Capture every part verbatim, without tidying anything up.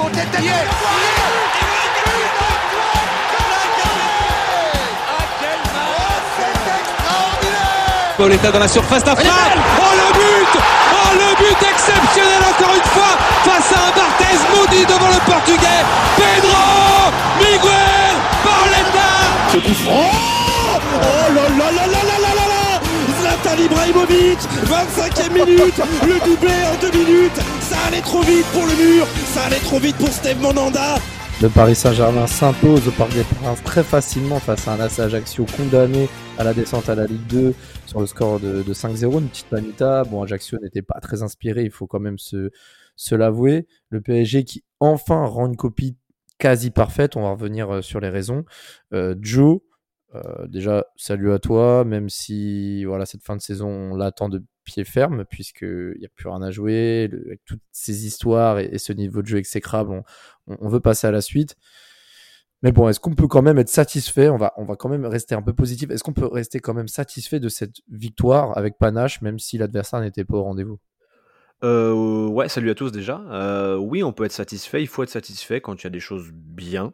tête, yeah, Pauletta dans la surface d'affaire. Oh le but! Oh le but exceptionnel encore une fois face à un Barthez maudit devant le Portugais. Pedro Miguel Pauletta. Ce coup franc. Oh là là là là là là là là. Zlatan Ibrahimovic, vingt-cinquième minute, le doublé en deux minutes. Ça allait trop vite pour le mur, ça allait trop vite pour Steve Mandanda. Le Paris Saint-Germain s'impose au Parc des Princes très facilement face à un A C Ajaccio condamné à la descente à la Ligue deux sur le score de, de cinq zéro, une petite manita. Bon, Ajaccio n'était pas très inspiré, il faut quand même se, se l'avouer. Le P S G qui enfin rend une copie quasi parfaite, on va revenir sur les raisons. Euh, Joe, euh, déjà salut à toi, même si voilà, cette fin de saison on l'attend de pied ferme puisqu'il n'y a plus rien à jouer, le, avec toutes ces histoires et, et ce niveau de jeu exécrable, on, on, on veut passer à la suite. Mais bon, est-ce qu'on peut quand même être satisfait? On va, on va quand même rester un peu positif. Est-ce qu'on peut rester quand même satisfait de cette victoire avec panache, même si l'adversaire n'était pas au rendez-vous? Euh, ouais, salut à tous déjà. Euh, oui, on peut être satisfait. Il faut être satisfait quand il y a des choses bien.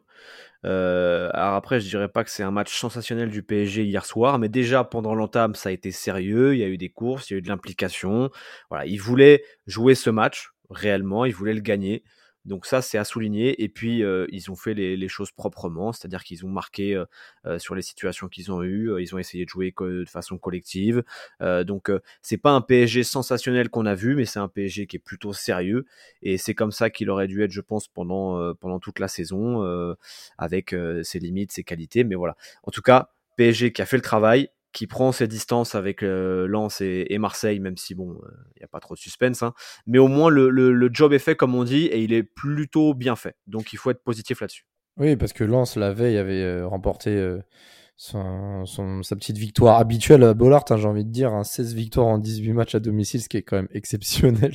Euh, alors après, je dirais pas que c'est un match sensationnel du P S G hier soir, mais déjà pendant l'entame, ça a été sérieux. Il y a eu des courses, il y a eu de l'implication. Voilà, ils voulaient jouer ce match réellement, ils voulaient le gagner. Donc ça, c'est à souligner. Et puis, euh, ils ont fait les, les choses proprement, c'est-à-dire qu'ils ont marqué euh, euh, sur les situations qu'ils ont eues. Euh, Ils ont essayé de jouer co- de façon collective. Euh, donc, euh, c'est pas un P S G sensationnel qu'on a vu, mais c'est un P S G qui est plutôt sérieux. Et c'est comme ça qu'il aurait dû être, je pense, pendant, euh, pendant toute la saison, euh, avec euh, ses limites, ses qualités. Mais voilà. En tout cas, P S G qui a fait le travail, qui prend ses distances avec euh, Lens et, et Marseille, même si bon, il euh, n'y a pas trop de suspense, hein. Mais au moins le, le, le job est fait comme on dit et il est plutôt bien fait. Donc il faut être positif là-dessus. Oui, parce que Lens, la veille, avait euh, remporté euh, son, son- sa petite victoire habituelle à Bollaert, hein, j'ai envie de dire, hein, seize victoires en dix-huit matchs à domicile, ce qui est quand même exceptionnel.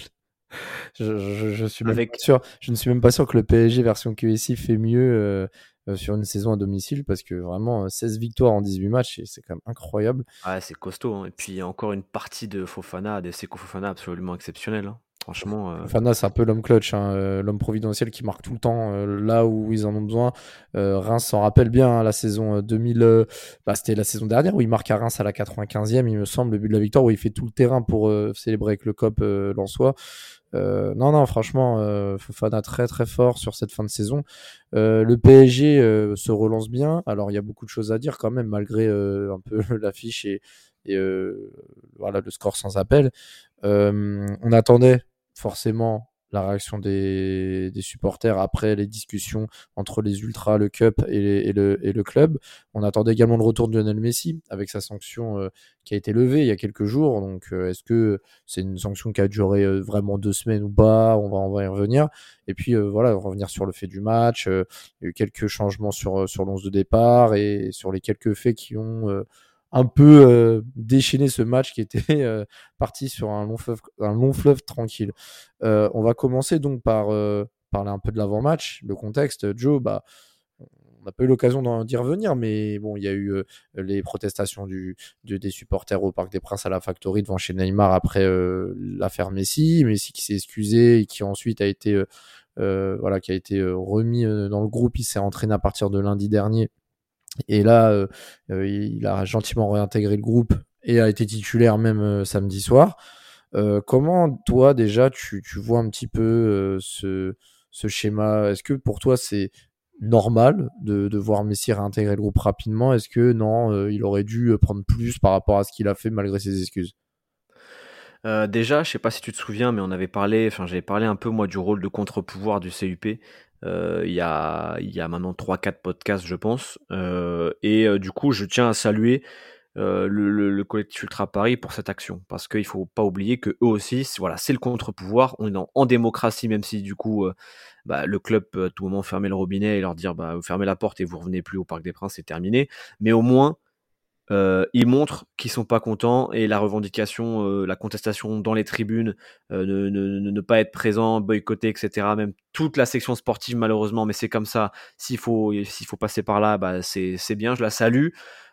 Je, je, je suis même Avec pas sûr, je ne suis même pas sûr que le P S G version Q S I fait mieux euh, euh, sur une saison à domicile parce que vraiment euh, seize victoires en dix-huit matchs, c'est c'est quand même incroyable. ah, c'est costaud, hein. Et puis il y a encore une partie de Fofana, de Seko Fofana absolument exceptionnelle, hein. Franchement, euh, Fofana, c'est un peu l'homme clutch, hein, euh, l'homme providentiel qui marque tout le temps euh, là où ils en ont besoin. Euh, Reims s'en rappelle bien, hein, la saison euh, deux mille, euh, bah, c'était la saison dernière où il marque à Reims à la quatre-vingt-quinzième, il me semble, le but de la victoire, où il fait tout le terrain pour euh, célébrer avec le C O P euh, lensois. Euh, non, non, franchement, euh, Fofana très très fort sur cette fin de saison. Euh, le P S G euh, se relance bien. Alors, il y a beaucoup de choses à dire quand même, malgré euh, un peu l'affiche et, et euh, voilà, le score sans appel. Euh, on attendait forcément la réaction des, des supporters après les discussions entre les ultras, le Cup et, les- et le, et le club. On attendait également le retour de Lionel Messi avec sa sanction euh, qui a été levée il y a quelques jours. Donc, euh, est-ce que c'est une sanction qui a duré euh, vraiment deux semaines ou pas? On va, on va y revenir. Et puis, euh, voilà, revenir sur le fait du match. Euh, il y a eu quelques changements sur, sur l'onze de départ et sur les quelques faits qui ont euh, un peu euh, déchaîné ce match qui était euh, parti sur un long fleuve, un long fleuve tranquille. Euh, on va commencer donc par euh, parler un peu de l'avant-match, le contexte. Joe, bah, on n'a pas eu l'occasion d'en- d'y revenir, mais bon, il y a eu euh, les protestations du, du- des supporters au Parc des Princes à la Factory devant chez Neymar après euh, l'affaire Messi. Messi qui s'est excusé et qui ensuite a été, euh, euh, voilà, qui a été euh, remis euh, dans le groupe. Il s'est entraîné à partir de lundi dernier. Et là, euh, euh, il a gentiment réintégré le groupe et a été titulaire même euh, samedi soir. Euh, comment toi déjà tu, tu vois un petit peu euh, ce, ce schéma? Est-ce que pour toi c'est normal de, de voir Messi réintégrer le groupe rapidement? Est-ce que non, euh, il aurait dû euh, prendre plus par rapport à ce qu'il a fait malgré ses excuses? euh, déjà, je sais pas si tu te souviens, mais on avait parlé, enfin j'avais parlé un peu moi du rôle de contre-pouvoir du C U P. Euh, il y a il y a maintenant trois quatre podcasts je pense. Euh, et euh, du coup je tiens à saluer euh, le, le- le collectif Ultra Paris pour cette action parce qu'il faut pas oublier que eux aussi c'est- voilà c'est le contre-pouvoir, on est en, en démocratie, même si du coup euh, bah, le club peut à tout moment fermer le robinet et leur dire bah vous fermez la porte et vous revenez plus au Parc des Princes, c'est terminé. Mais au moins euh, ils montrent qu'ils sont pas contents et la revendication, euh, la contestation dans les tribunes, euh, ne, ne, ne- ne pas être présent, boycotter, et cetera. Même toute la section sportive malheureusement, mais c'est comme ça. S'il faut, s'il faut passer par là, bah c'est c'est bien, je la salue.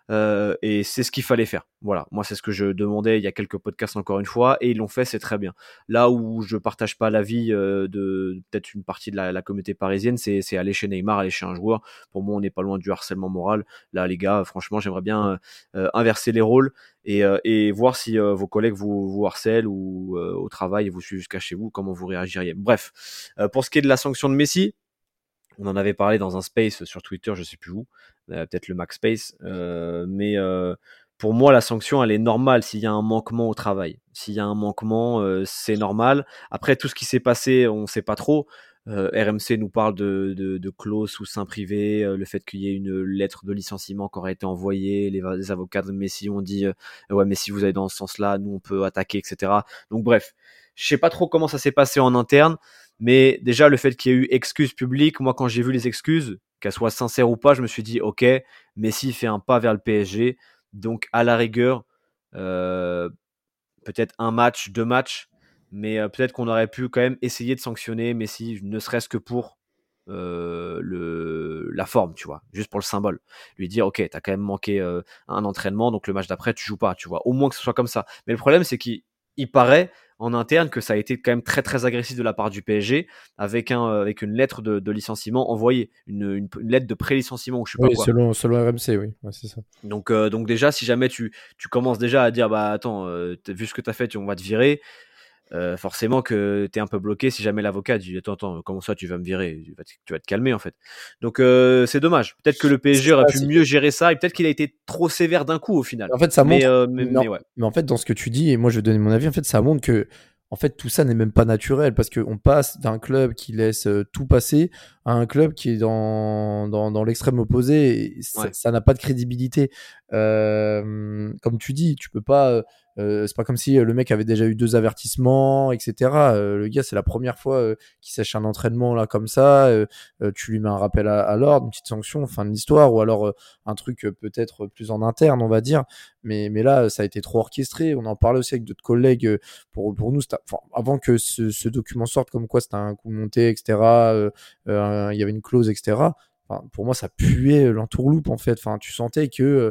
euh, et c'est ce qu'il fallait faire. Voilà, moi c'est ce que je demandais il y a quelques podcasts encore une fois, et ils l'ont fait, c'est très bien. Là où je partage pas l'avis euh, de peut-être une partie de la, la communauté parisienne, c'est, c'est aller chez Neymar, aller chez un joueur. Pour moi, on n'est pas loin du harcèlement moral. Là, les gars, franchement, j'aimerais bien euh, inverser les rôles et, euh, et voir si euh, vos collègues vous, vous harcèlent ou euh, au travail et vous suivent jusqu'à chez vous, comment vous réagiriez. Bref, euh, pour ce qui est de la sanction de Messi, on en avait parlé dans un space sur Twitter, je sais plus où, euh, peut-être le Max Space, euh, mais euh, pour moi, la sanction, elle est normale s'il y a un manquement au travail. S'il y a un manquement, euh, c'est normal. Après, tout ce qui s'est passé, on ne sait pas trop. Euh, R M C nous parle de, de, de clauses sous seing privé, euh, le fait qu'il y ait une lettre de licenciement qui aurait été envoyée, les, les avocats de Messi ont dit euh, ouais, mais si vous allez dans ce sens-là, nous on peut attaquer, et cetera. Donc bref, je sais pas trop comment ça s'est passé en interne, mais déjà le fait qu'il y ait eu excuses publiques, moi quand j'ai vu les excuses, qu'elles soient sincères ou pas, je me suis dit ok, Messi fait un pas vers le P S G, donc à la rigueur, euh, peut-être un match, deux matchs, mais euh, peut-être qu'on aurait pu quand même essayer de sanctionner Messi, ne serait-ce que pour euh, le, la forme, tu vois, juste pour le symbole. Lui dire, ok, t'as quand même manqué euh, un entraînement, donc le match d'après, tu joues pas, tu vois. Au moins que ce soit comme ça. Mais le problème, c'est qu'il il paraît en interne que ça a été quand même très très agressif de la part du P S G avec un euh, avec une lettre de, de licenciement envoyée, une, une, une lettre de pré-licenciement ou je sais Oui, pas quoi. selon, selon R M C, oui, ouais, c'est ça. Donc, euh, donc déjà, si jamais tu, tu commences déjà à dire, bah attends, euh, vu ce que t'as fait, tu, on va te virer, euh, forcément que t'es un peu bloqué si jamais l'avocat dit, attends, attends, comment ça tu vas me virer, tu vas te, tu vas te calmer en fait. Donc euh, c'est dommage. Peut-être que le P S G aurait pu mieux gérer ça et peut-être qu'il a été trop sévère d'un coup au final. En fait, ça mais, montre. euh, mais, Non, mais ouais. mais en fait, dans ce que tu dis, et moi je vais donner mon avis, en fait, ça montre que en fait, tout ça n'est même pas naturel parce qu'on passe d'un club qui laisse euh, tout passer à un club qui est dans, dans, dans l'extrême opposé. Et ça, Ouais. ça n'a pas de crédibilité. Euh, comme tu dis, tu peux pas. Euh, c'est pas comme si le mec avait déjà eu deux avertissements, et cetera. Euh, le gars, c'est la première fois euh, qu'il sèche un entraînement là comme ça. Euh, euh, tu lui mets un rappel à, à l'ordre, une petite sanction, fin de l'histoire, ou alors euh, un truc euh, peut-être plus en interne, on va dire. Mais, mais là, ça a été trop orchestré. On en parlait aussi avec d'autres collègues. Pour, pour nous, enfin, avant que ce, ce document sorte, comme quoi c'était un coup monté, et cetera. Euh, euh, il y avait une clause, et cetera. Enfin, pour moi, ça puait l'entourloupe en fait. Enfin, tu sentais que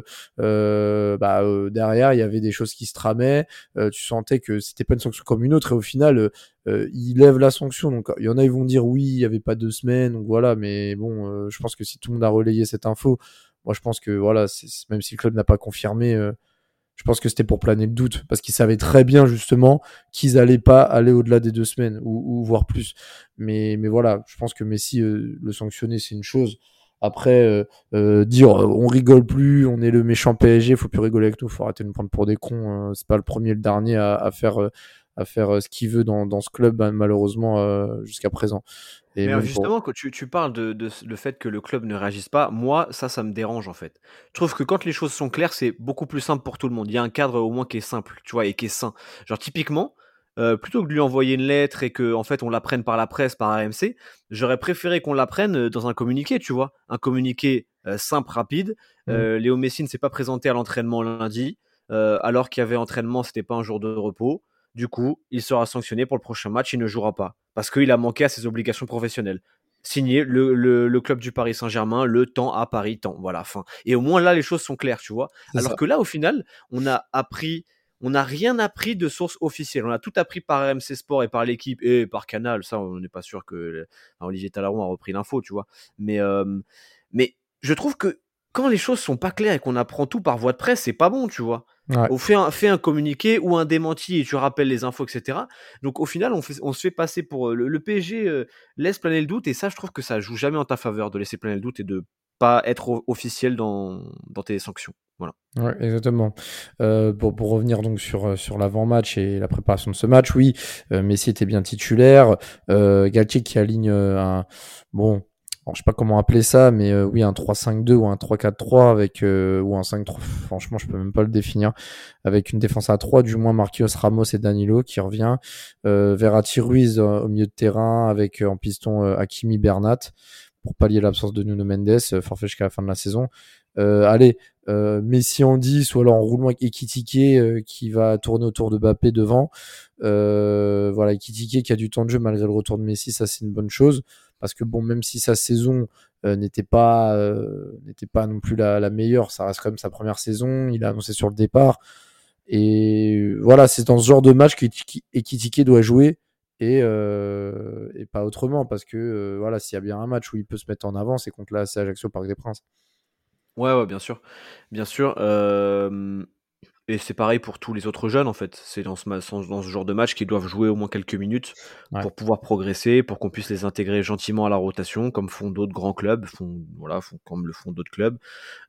euh, bah, euh, derrière, il y avait des choses qui se tramaient. Euh, tu sentais que c'était pas une sanction comme une autre. Et au final, euh, ils lèvent la sanction. Donc, il y en a, ils vont dire oui, il y avait pas deux semaines. Donc voilà. Mais bon, euh, je pense que si tout le monde a relayé cette info, moi, je pense que voilà, c'est, même si le club n'a pas confirmé. Euh, Je pense que c'était pour planer le doute, parce qu'ils savaient très bien justement qu'ils allaient pas aller au-delà des deux semaines, ou, ou voire plus. Mais, mais voilà, je pense que Messi, euh, le sanctionner, c'est une chose. Après, euh, euh, dire euh, on rigole plus, on est le méchant P S G, faut plus rigoler avec nous, faut arrêter de nous prendre pour des cons. Euh, c'est pas le premier, le dernier à, à faire, euh, à faire euh, ce qu'il veut dans, dans ce club, hein, malheureusement euh, jusqu'à présent. Et mais même justement, pour... quand tu, tu parles de, de le fait que le club ne réagisse pas, moi, ça, ça me dérange en fait. Je trouve que quand les choses sont claires, c'est beaucoup plus simple pour tout le monde. Il y a un cadre au moins qui est simple, tu vois, et qui est sain. Genre typiquement, euh, plutôt que de lui envoyer une lettre et que en fait on l'apprenne par la presse, par R M C, j'aurais préféré qu'on l'apprenne dans un communiqué, tu vois, un communiqué euh, simple, rapide. Euh, Léo Messi ne s'est pas présenté à l'entraînement lundi, euh, alors qu'il y avait entraînement, c'était pas un jour de repos. Du coup, il sera sanctionné pour le prochain match, il ne jouera pas. Parce qu'il a manqué à ses obligations professionnelles. Signé le, le, le club du Paris Saint-Germain, le temps à Paris, temps. Voilà, fin. Et au moins là, les choses sont claires, tu vois. C'est Alors ça. que là, au final, on a appris, on n'a rien appris de source officielle. On a tout appris par R M C Sport et par l'équipe et par Canal. Ça, on n'est pas sûr que enfin, Olivier Talaron a repris l'info, tu vois. Mais, euh, mais je trouve que quand les choses sont pas claires et qu'on apprend tout par voie de presse, c'est pas bon, tu vois. Ouais. On fait un, fait un communiqué ou un démenti et tu rappelles les infos, et cetera. Donc au final, on, fait, on se fait passer pour... Le, le P S G euh, laisse planer le doute et ça, je trouve que ça joue jamais en ta faveur de laisser planer le doute et de pas être o- officiel dans, dans tes sanctions. Voilà. Ouais, exactement. Euh, pour, pour revenir donc sur, sur l'avant-match et la préparation de ce match, oui, euh, Messi était bien titulaire. Euh, Galtier qui aligne euh, un... Bon... Alors, je sais pas comment appeler ça, mais euh, oui, un trois cinq deux ou un trois quatre trois avec euh, ou un cinq trois. Franchement, je peux même pas le définir. Avec une défense à trois, du moins Marquinhos, Ramos et Danilo qui revient. Euh, Verratti, Ruiz euh, au milieu de terrain avec euh, en piston euh, Hakimi, Bernat pour pallier l'absence de Nuno Mendes, euh, forfait jusqu'à la fin de la saison. Euh, allez, euh, Messi en dix ou alors en roulement avec Ekitike euh, qui va tourner autour de Mbappé devant. Euh, voilà, Ekitike qui a du temps de jeu malgré le retour de Messi, ça c'est une bonne chose parce que bon, même si sa saison euh, n'était pas euh, n'était pas non plus la, la meilleure, ça reste quand même sa première saison. Il a annoncé sur le départ et voilà, c'est dans ce genre de match qu'Ekitike doit jouer. Et, euh, et pas autrement parce que euh, voilà, s'il y a bien un match où il peut se mettre en avant, c'est contre la C Ajaccio Parc des Princes. Ouais, ouais, bien sûr, bien sûr. Euh, et c'est pareil pour tous les autres jeunes en fait. C'est dans ce, dans ce genre de match qu'ils doivent jouer au moins quelques minutes Ouais. pour pouvoir progresser, pour qu'on puisse les intégrer gentiment à la rotation, comme font d'autres grands clubs, font voilà, font comme le font d'autres clubs.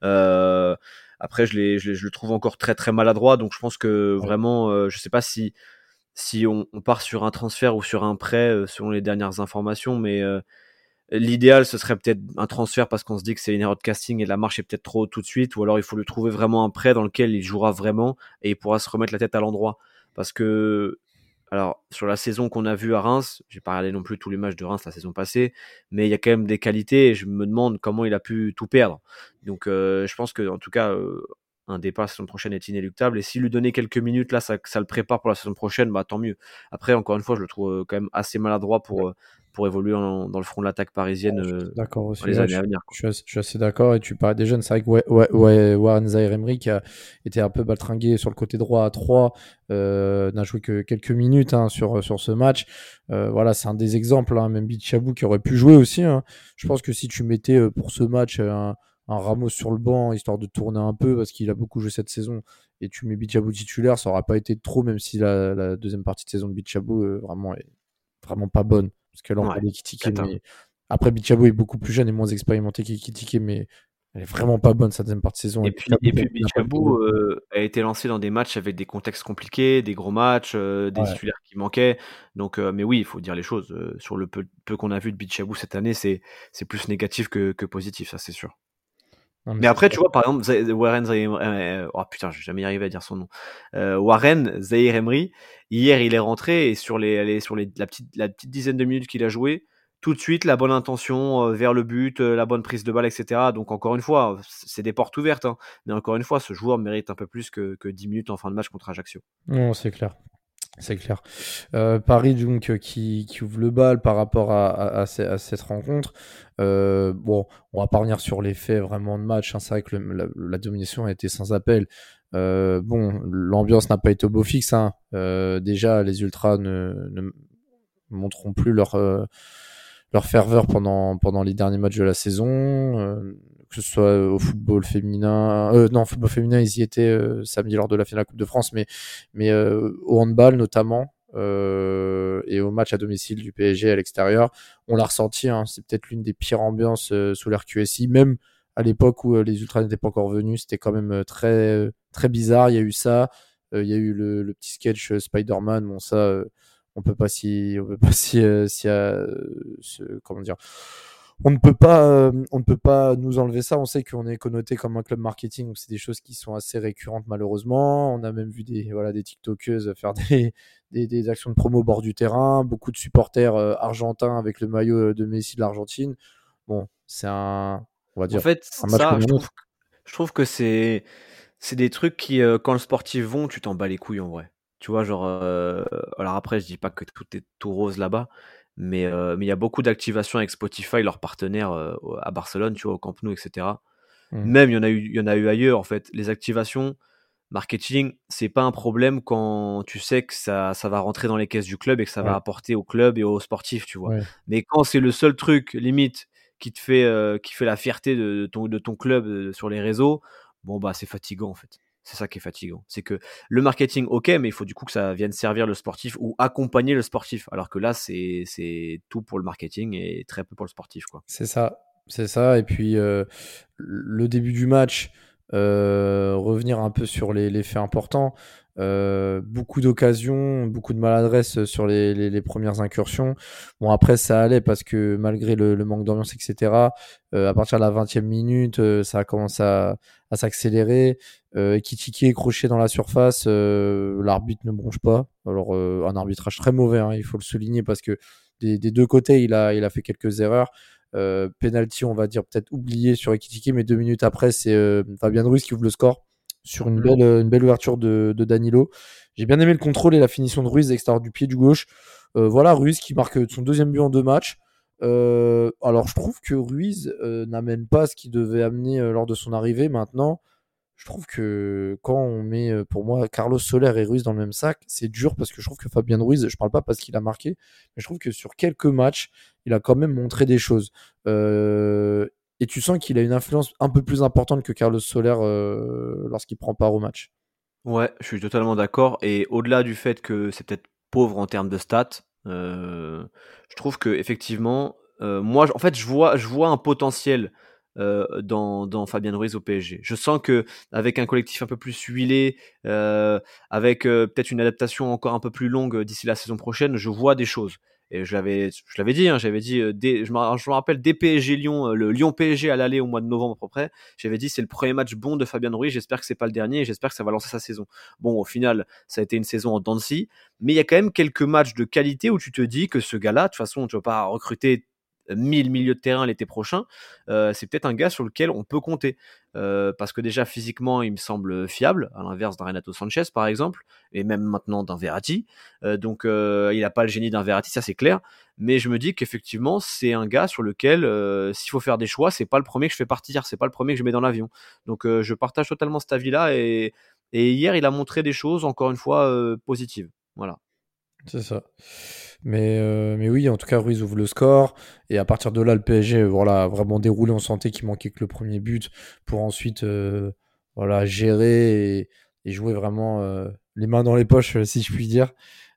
Euh, après, je, les, je, les, je le trouve encore très très maladroit, donc je pense que Ouais. vraiment, euh, je sais pas si si on, on part sur un transfert ou sur un prêt euh, selon les dernières informations, mais euh, l'idéal ce serait peut-être un transfert parce qu'on se dit que c'est une erreur de casting et la marche est peut-être trop haute tout de suite, ou alors il faut lui trouver vraiment un prêt dans lequel il jouera vraiment et il pourra se remettre la tête à l'endroit. Parce que, alors sur la saison qu'on a vue à Reims, j'ai pas regardé non plus tous les matchs de Reims la saison passée, mais il y a quand même des qualités et je me demande comment il a pu tout perdre. Donc euh, je pense que en tout cas euh, un départ la saison prochaine est inéluctable et s'il lui donnait quelques minutes là, ça, ça le prépare pour la saison prochaine, bah tant mieux. Après encore une fois, je le trouve quand même assez maladroit pour pour évoluer en, dans le front de l'attaque parisienne euh, d'accord aussi, dans les ouais, années je, à venir. je, suis assez, je suis assez d'accord. Et tu parlais des jeunes, c'est vrai que ouais, ouais, ouais, Warren Zaïre-Emery qui a été un peu baltringué sur le côté droit à trois, euh, n'a joué que quelques minutes hein, sur, sur ce match. Euh, voilà, c'est un des exemples. Hein, même Bichabou qui aurait pu jouer aussi. Hein. Je pense que si tu mettais euh, pour ce match un, un Ramos sur le banc, histoire de tourner un peu, parce qu'il a beaucoup joué cette saison, et tu mets Bichabou titulaire, ça n'aura pas été trop, même si la, la deuxième partie de saison de Bichabou euh, vraiment est vraiment pas bonne. Parce que là, on Ouais, parle d'Ekitike, cata. mais après, Bichabou est beaucoup plus jeune et moins expérimenté qu'Ekitike, mais elle est vraiment pas bonne, sa deuxième partie de saison. Et puis, et puis Bichabou euh, a été lancé dans des matchs avec des contextes compliqués, des gros matchs, euh, des Ouais. titulaires qui manquaient. Donc, euh, mais oui, il faut dire les choses. Euh, sur le peu, peu qu'on a vu de Bichabou cette année, c'est, c'est plus négatif que, que positif, ça c'est sûr. Non, mais Mais c'est après, ça. tu vois, par exemple, Zay- Warren Zaïre, euh, oh putain, je vais jamais y arriver à dire son nom. Euh, Warren Zaïre-Emery, hier, il est rentré et sur les, allez, sur les, la petite, la petite dizaine de minutes qu'il a joué, tout de suite, la bonne intention euh, vers le but, euh, la bonne prise de balle, et cetera. Donc, encore une fois, c'est des portes ouvertes, hein. Mais encore une fois, ce joueur mérite un peu plus que, que dix minutes en fin de match contre Ajaccio. Non, c'est clair. C'est clair. Euh, Paris, donc, euh, qui, qui ouvre le bal par rapport à, à, à, ces- à cette rencontre. Euh, bon, on va pas revenir sur les faits vraiment de match. Hein. C'est vrai que le- la, la domination a été sans appel. Euh, bon, l'ambiance n'a pas été au beau fixe. Hein. Euh, déjà, les Ultras ne, ne montreront plus leur, euh, leur ferveur pendant, pendant les derniers matchs de la saison. Euh, que ce soit au football féminin, euh, non, au football féminin, ils y étaient euh, samedi lors de la finale de la Coupe de France, mais, mais euh, au handball notamment, euh, et au match à domicile du P S G à l'extérieur, on l'a ressenti, hein, c'est peut-être l'une des pires ambiances euh, sous l'R Q S I, même à l'époque où euh, les Ultras n'étaient pas encore venus, c'était quand même euh, très, très bizarre, il y a eu ça, euh, il y a eu le, le petit sketch euh, Spider-Man, bon ça, euh, on peut pas s'y, on peut pas s'y, euh, s'y euh, se, comment dire, on ne peut pas, euh, on ne peut pas nous enlever ça. On sait qu'on est connoté comme un club marketing, donc c'est des choses qui sont assez récurrentes malheureusement. On a même vu des, voilà, des TikTokeuses faire des, des, des actions de promo au bord du terrain, beaucoup de supporters euh, argentins avec le maillot de Messi de l'Argentine. Bon, c'est un, on va dire, En fait, un match ça, comme je un autre. trouve, je trouve que c'est, c'est des trucs qui, euh, quand le sportif vont, tu t'en bats les couilles en vrai. Tu vois, genre, euh, alors après, je dis pas que tout est tout rose là-bas, mais euh, mais il y a beaucoup d'activations avec Spotify, leur partenaire euh, à Barcelone, tu vois, au Camp Nou, et cetera. Mm. Même il y en a eu, il y en a eu ailleurs en fait. Les activations marketing, c'est pas un problème quand tu sais que ça, ça va rentrer dans les caisses du club et que ça va Ouais, apporter au club et aux sportifs, tu vois. ouais. Mais quand c'est le seul truc limite qui te fait, euh, qui fait la fierté de, de ton, de ton club euh, sur les réseaux, bon bah c'est fatigant en fait. C'est ça qui est fatigant. C'est que le marketing, ok, mais il faut du coup que ça vienne servir le sportif ou accompagner le sportif. Alors que là, c'est, c'est tout pour le marketing et très peu pour le sportif, quoi. C'est ça, c'est ça. Et puis euh, le début du match, euh, revenir un peu sur les, les faits importants. Euh, beaucoup d'occasions, beaucoup de maladresse sur les, les, les premières incursions. Bon, après, ça allait parce que malgré le, le manque d'ambiance, et cetera, euh, à partir de la vingtième minute, euh, ça a commencé à, à s'accélérer. Euh, Ekitike est croché dans la surface. Euh, l'arbitre ne bronche pas. Alors, euh, un arbitrage très mauvais, hein, il faut le souligner parce que des, des deux côtés, il a, il a fait quelques erreurs. Euh, penalty, on va dire peut-être oublié sur Ekitike, mais deux minutes après, c'est euh, Fabien Ruiz qui ouvre le score sur une, mmh. belle, une belle ouverture de, de Danilo. J'ai bien aimé le contrôle et la finition de Ruiz, extérieur du pied du gauche. Euh, voilà, Ruiz qui marque son deuxième but en deux matchs. Euh, alors, je trouve que Ruiz euh, n'amène pas ce qu'il devait amener euh, lors de son arrivée. Maintenant, je trouve que quand on met, euh, pour moi, Carlos Soler et Ruiz dans le même sac, c'est dur parce que je trouve que Fabien Ruiz, je parle pas parce qu'il a marqué, mais je trouve que sur quelques matchs, il a quand même montré des choses. Euh, et tu sens qu'il a une influence un peu plus importante que Carlos Soler euh, lorsqu'il prend part au match. Ouais, je suis totalement d'accord. Et au-delà du fait que c'est peut-être pauvre en termes de stats, euh, je trouve que effectivement, euh, moi, en fait, je vois, je vois un potentiel euh, dans, dans Fabien Ruiz au P S G. Je sens que avec un collectif un peu plus huilé, euh, avec euh, peut-être une adaptation encore un peu plus longue d'ici la saison prochaine, je vois des choses. Et je l'avais, je l'avais dit, hein, j'avais dit, euh, dès, je, me, je me rappelle dès P S G Lyon, euh, le Lyon P S G à l'aller au mois de novembre à peu près, j'avais dit c'est le premier match bon de Fabien Ruiz, j'espère que c'est pas le dernier et j'espère que ça va lancer sa saison. Bon, au final, ça a été une saison en dents de scie, mais il y a quand même quelques matchs de qualité où tu te dis que ce gars-là, de toute façon, tu vas pas recruter mille milieux de terrain l'été prochain, euh, c'est peut-être un gars sur lequel on peut compter. Euh, parce que déjà physiquement il me semble fiable, à l'inverse d'un Renato Sanchez par exemple, et même maintenant d'un Verratti. Euh, donc euh, il n'a pas le génie d'un Verratti, ça c'est clair, mais je me dis qu'effectivement c'est un gars sur lequel euh, s'il faut faire des choix, c'est pas le premier que je fais partir, c'est pas le premier que je mets dans l'avion. Donc euh, je partage totalement cet avis-là, et, et hier il a montré des choses encore une fois euh, positives. Voilà. C'est ça. Mais, euh, mais oui, en tout cas, Ruiz ouvre le score. Et à partir de là, le P S G voilà, vraiment déroulé. On sentait qu'il manquait que le premier but pour ensuite euh, voilà, gérer et, et jouer vraiment euh, les mains dans les poches, si je puis dire.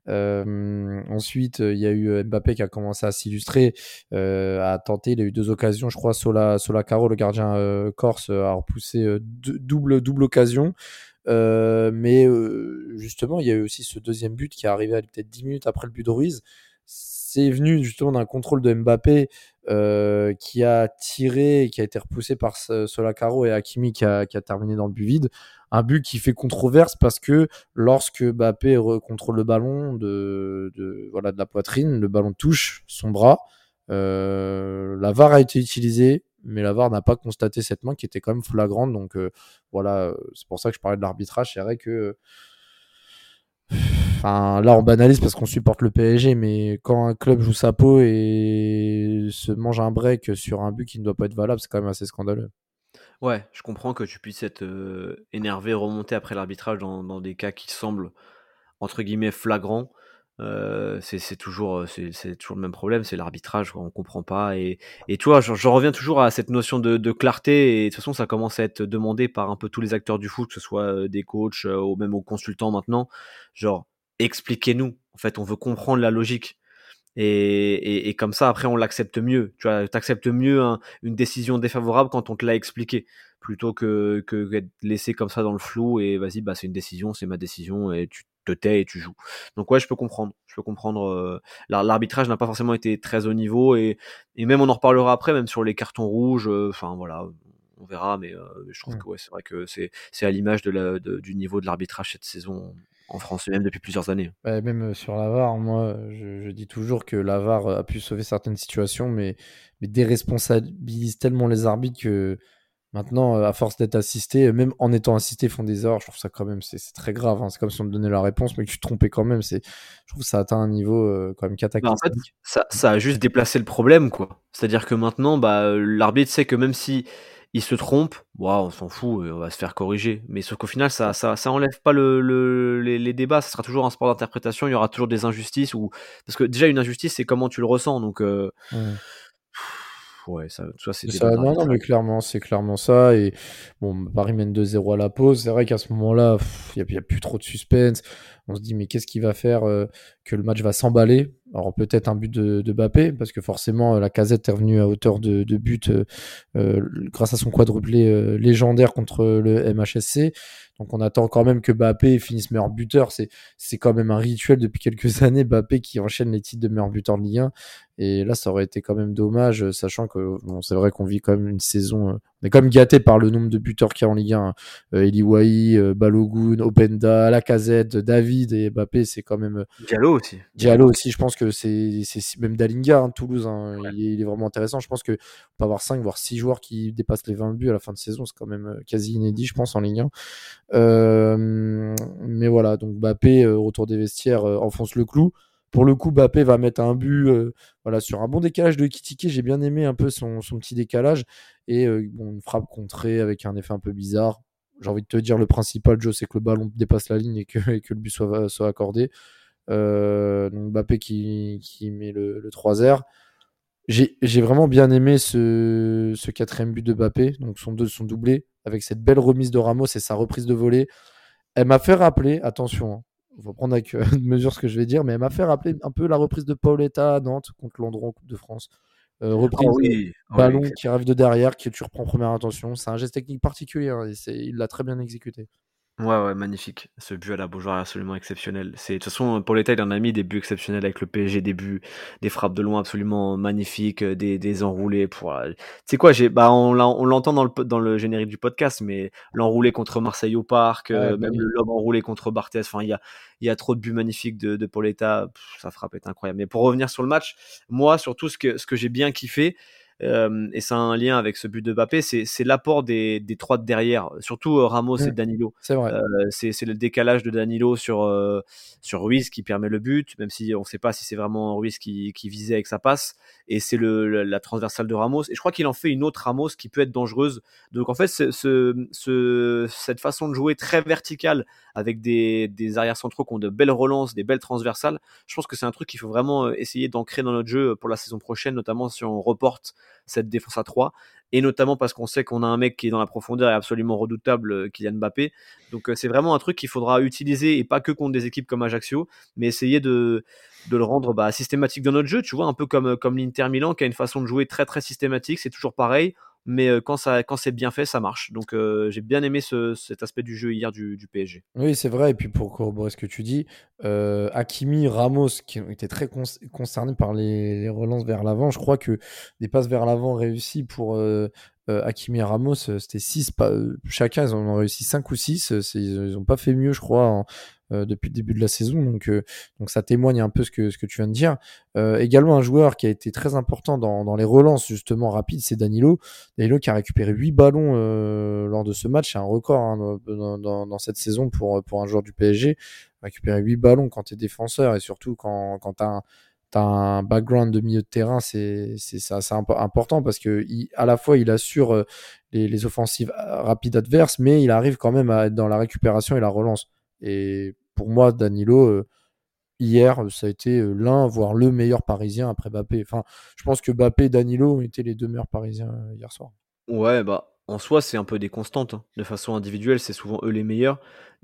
Euh, ensuite, il y a eu Mbappé qui a commencé à s'illustrer, euh, à tenter. Il a eu deux occasions, je crois. Sola, Sola Caro, le gardien euh, corse, a repoussé euh, deux, double, double occasion. Euh, mais euh, justement, il y a eu aussi ce deuxième but qui est arrivé à peut-être dix minutes après le but de Ruiz. C'est venu justement d'un contrôle de Mbappé euh, qui a tiré, qui a été repoussé par Solacaro et Hakimi qui a, qui a terminé dans le but vide. Un but qui fait controverse parce que lorsque Mbappé contrôle le ballon de, de, voilà, de la poitrine, le ballon touche son bras. Euh, la V A R a été utilisée, mais la V A R n'a pas constaté cette main qui était quand même flagrante. Donc euh, voilà, c'est pour ça que je parlais de l'arbitrage. C'est vrai que enfin, là on banalise parce qu'on supporte le P S G, mais quand un club joue sa peau et se mange un break sur un but qui ne doit pas être valable, c'est quand même assez scandaleux. Ouais, je comprends que tu puisses être euh, énervé, remonter après l'arbitrage dans, dans des cas qui semblent entre guillemets flagrants. Euh, c'est, c'est toujours c'est, c'est toujours le même problème, c'est l'arbitrage, on comprend pas. Et, et tu vois, j'en, j'en reviens toujours à cette notion de, de clarté, et de toute façon ça commence à être demandé par un peu tous les acteurs du foot, que ce soit des coachs euh, ou même aux consultants maintenant. Genre, expliquez-nous, en fait on veut comprendre la logique. Et, et, et comme ça après on l'accepte mieux, tu vois, t'acceptes mieux un, une décision défavorable quand on te l'a expliqué, plutôt que, que d'être laissé comme ça dans le flou et vas-y bah c'est une décision, c'est ma décision et tu te tais et tu joues. Donc ouais, je peux comprendre, je peux comprendre. Euh, l'arbitrage n'a pas forcément été très haut niveau, et, et même on en reparlera après, même sur les cartons rouges. Enfin euh, voilà, on verra, mais euh, je trouve mmh. que ouais, c'est vrai que c'est c'est à l'image de la, de, du niveau de l'arbitrage cette saison en France, et même depuis plusieurs années. Ouais, même sur la V A R, moi, je, je dis toujours que la V A R a pu sauver certaines situations, mais, mais déresponsabilise tellement les arbitres que maintenant, à force d'être assisté, même en étant assisté, ils font des erreurs. Je trouve ça quand même, c'est, c'est très grave. Hein. C'est comme si on te donnait la réponse, mais que tu te trompais quand même. C'est, je trouve que ça atteint un niveau euh, quand même cataclysmique. Bah en fait, ça, ça a juste déplacé le problème, quoi. C'est-à-dire que maintenant, bah, l'arbitre sait que même si il se trompe, wow, on s'en fout, on va se faire corriger. Mais sauf qu'au final, ça, ça, ça enlève pas le, le, les, les débats. Ça sera toujours un sport d'interprétation. Il y aura toujours des injustices, ou parce que déjà une injustice, c'est comment tu le ressens. Donc, euh... ouais. ouais, ça, ça c'est, c'est ça. Non, non, mais clairement, c'est clairement ça. Et bon, Paris mène deux zéro à la pause. C'est vrai qu'à ce moment-là, il n'y a, a plus trop de suspense. On se dit, mais qu'est-ce qui va faire euh, que le match va s'emballer? Alors peut-être un but de, de Mbappé, parce que forcément la Casette est revenue à hauteur de, de but euh, euh, grâce à son quadruplé euh, légendaire contre le M H S C. Donc on attend quand même que Mbappé finisse meilleur buteur. C'est, c'est quand même un rituel depuis quelques années, Mbappé qui enchaîne les titres de meilleur buteur de Ligue un. Et là, ça aurait été quand même dommage, sachant que bon, c'est vrai qu'on vit quand même une saison, est quand même gâté par le nombre de buteurs qu'il y a en Ligue un. Hein. Euh, Eli Wahi, euh, Balogun, Openda, Lacazette, David et Mbappé, c'est quand même... Diallo aussi. Diallo aussi, je pense que c'est, c'est même Dalinga, hein, Toulouse, hein, ouais. il, est, il est vraiment intéressant. Je pense qu'on peut avoir cinq voire six joueurs qui dépassent les vingt buts à la fin de saison, c'est quand même quasi inédit, je pense, en Ligue un. Euh, mais voilà, donc Mbappé, euh, retour des vestiaires, euh, enfonce le clou. Pour le coup, Mbappé va mettre un but euh, voilà, sur un bon décalage de Ekitike. J'ai bien aimé un peu son, son petit décalage. Et euh, bon, une frappe contrée avec un effet un peu bizarre. J'ai envie de te dire, le principal, Joe, c'est que le ballon dépasse la ligne et que, et que le but soit, soit accordé. Euh, donc Mbappé qui, qui met le, le trois zéro. J'ai, j'ai vraiment bien aimé ce, ce quatrième but de Mbappé, donc son, deux, son doublé, avec cette belle remise de Ramos et sa reprise de volée. Elle m'a fait rappeler, attention, hein, il faut prendre avec euh, mesure ce que je vais dire, mais elle m'a fait rappeler un peu la reprise de Paoletta à Nantes contre Landron en Coupe de France. Euh, reprise, oh oui, euh, ballon oh oui, qui arrive de derrière, qui tu reprends première intention. C'est un geste technique particulier, hein, et c'est, il l'a très bien exécuté. Ouais, ouais, magnifique. Ce but à la Beaujoire est absolument exceptionnel. C'est, de toute façon, pour l'État, il en a mis des buts exceptionnels avec le P S G, des buts, des frappes de loin absolument magnifiques, des, des enroulés pour, tu sais quoi, j'ai, bah, on, on l'entend dans le, dans le générique du podcast, mais l'enroulé contre Marseille au Parc, ouais, euh, bah même oui. Le lob enroulé contre Barthez, enfin, il y a, il y a trop de buts magnifiques de, de Paoletta, sa frappe est incroyable. Mais pour revenir sur le match, moi, surtout, ce que, ce que j'ai bien kiffé, Euh, et c'est un lien avec ce but de Mbappé, c'est, c'est l'apport des, des trois de derrière, surtout euh, Ramos mmh, et Danilo. C'est vrai. Euh, c'est, c'est le décalage de Danilo sur, euh, sur Ruiz qui permet le but, même si on ne sait pas si c'est vraiment Ruiz qui, qui visait avec sa passe. Et c'est le, le, la transversale de Ramos. Et je crois qu'il en fait une autre Ramos qui peut être dangereuse. Donc en fait, ce, ce, ce, cette façon de jouer très verticale avec des, des arrières centraux qui ont de belles relances, des belles transversales, je pense que c'est un truc qu'il faut vraiment essayer d'ancrer dans notre jeu pour la saison prochaine, notamment si on reporte cette défense à trois, et notamment parce qu'on sait qu'on a un mec qui est dans la profondeur et absolument redoutable, Kylian Mbappé. Donc c'est vraiment un truc qu'il faudra utiliser, et pas que contre des équipes comme Ajaccio, mais essayer de, de le rendre bah, systématique dans notre jeu, tu vois, un peu comme, comme l'Inter Milan qui a une façon de jouer très très systématique, c'est toujours pareil, mais quand, ça, quand c'est bien fait, ça marche. Donc euh, j'ai bien aimé ce, cet aspect du jeu hier du, du P S G. Oui, c'est vrai. Et puis pour corroborer ce que tu dis, euh, Hakimi, Ramos, qui ont été très con- concernés par les, les relances vers l'avant, je crois que des passes vers l'avant réussies pour euh, euh, Hakimi et Ramos, c'était six pas, euh, chacun, ils en ont réussi cinq ou six. C'est, ils n'ont pas fait mieux, je crois, en, euh, depuis le début de la saison. Donc, euh, donc ça témoigne un peu ce que, ce que tu viens de dire. Euh, également, un joueur qui a été très important dans, dans les relances justement rapides, c'est Danilo. Danilo qui a récupéré huit ballons euh, lors de ce match. C'est un record hein, dans, dans, dans cette saison pour, pour un joueur du P S G. Récupérer huit ballons quand tu es défenseur et surtout quand, quand tu as un T'as un background de milieu de terrain, c'est, c'est, c'est assez imp- important parce que il, à la fois il assure euh, les, les offensives rapides adverses, mais il arrive quand même à être dans la récupération et la relance. Et pour moi, Danilo, euh, hier, ça a été l'un, voire le meilleur Parisien après Mbappé. Enfin, je pense que Mbappé et Danilo ont été les deux meilleurs Parisiens hier soir. Ouais, bah, en soi, c'est un peu des constantes. Hein. De façon individuelle, c'est souvent eux les meilleurs.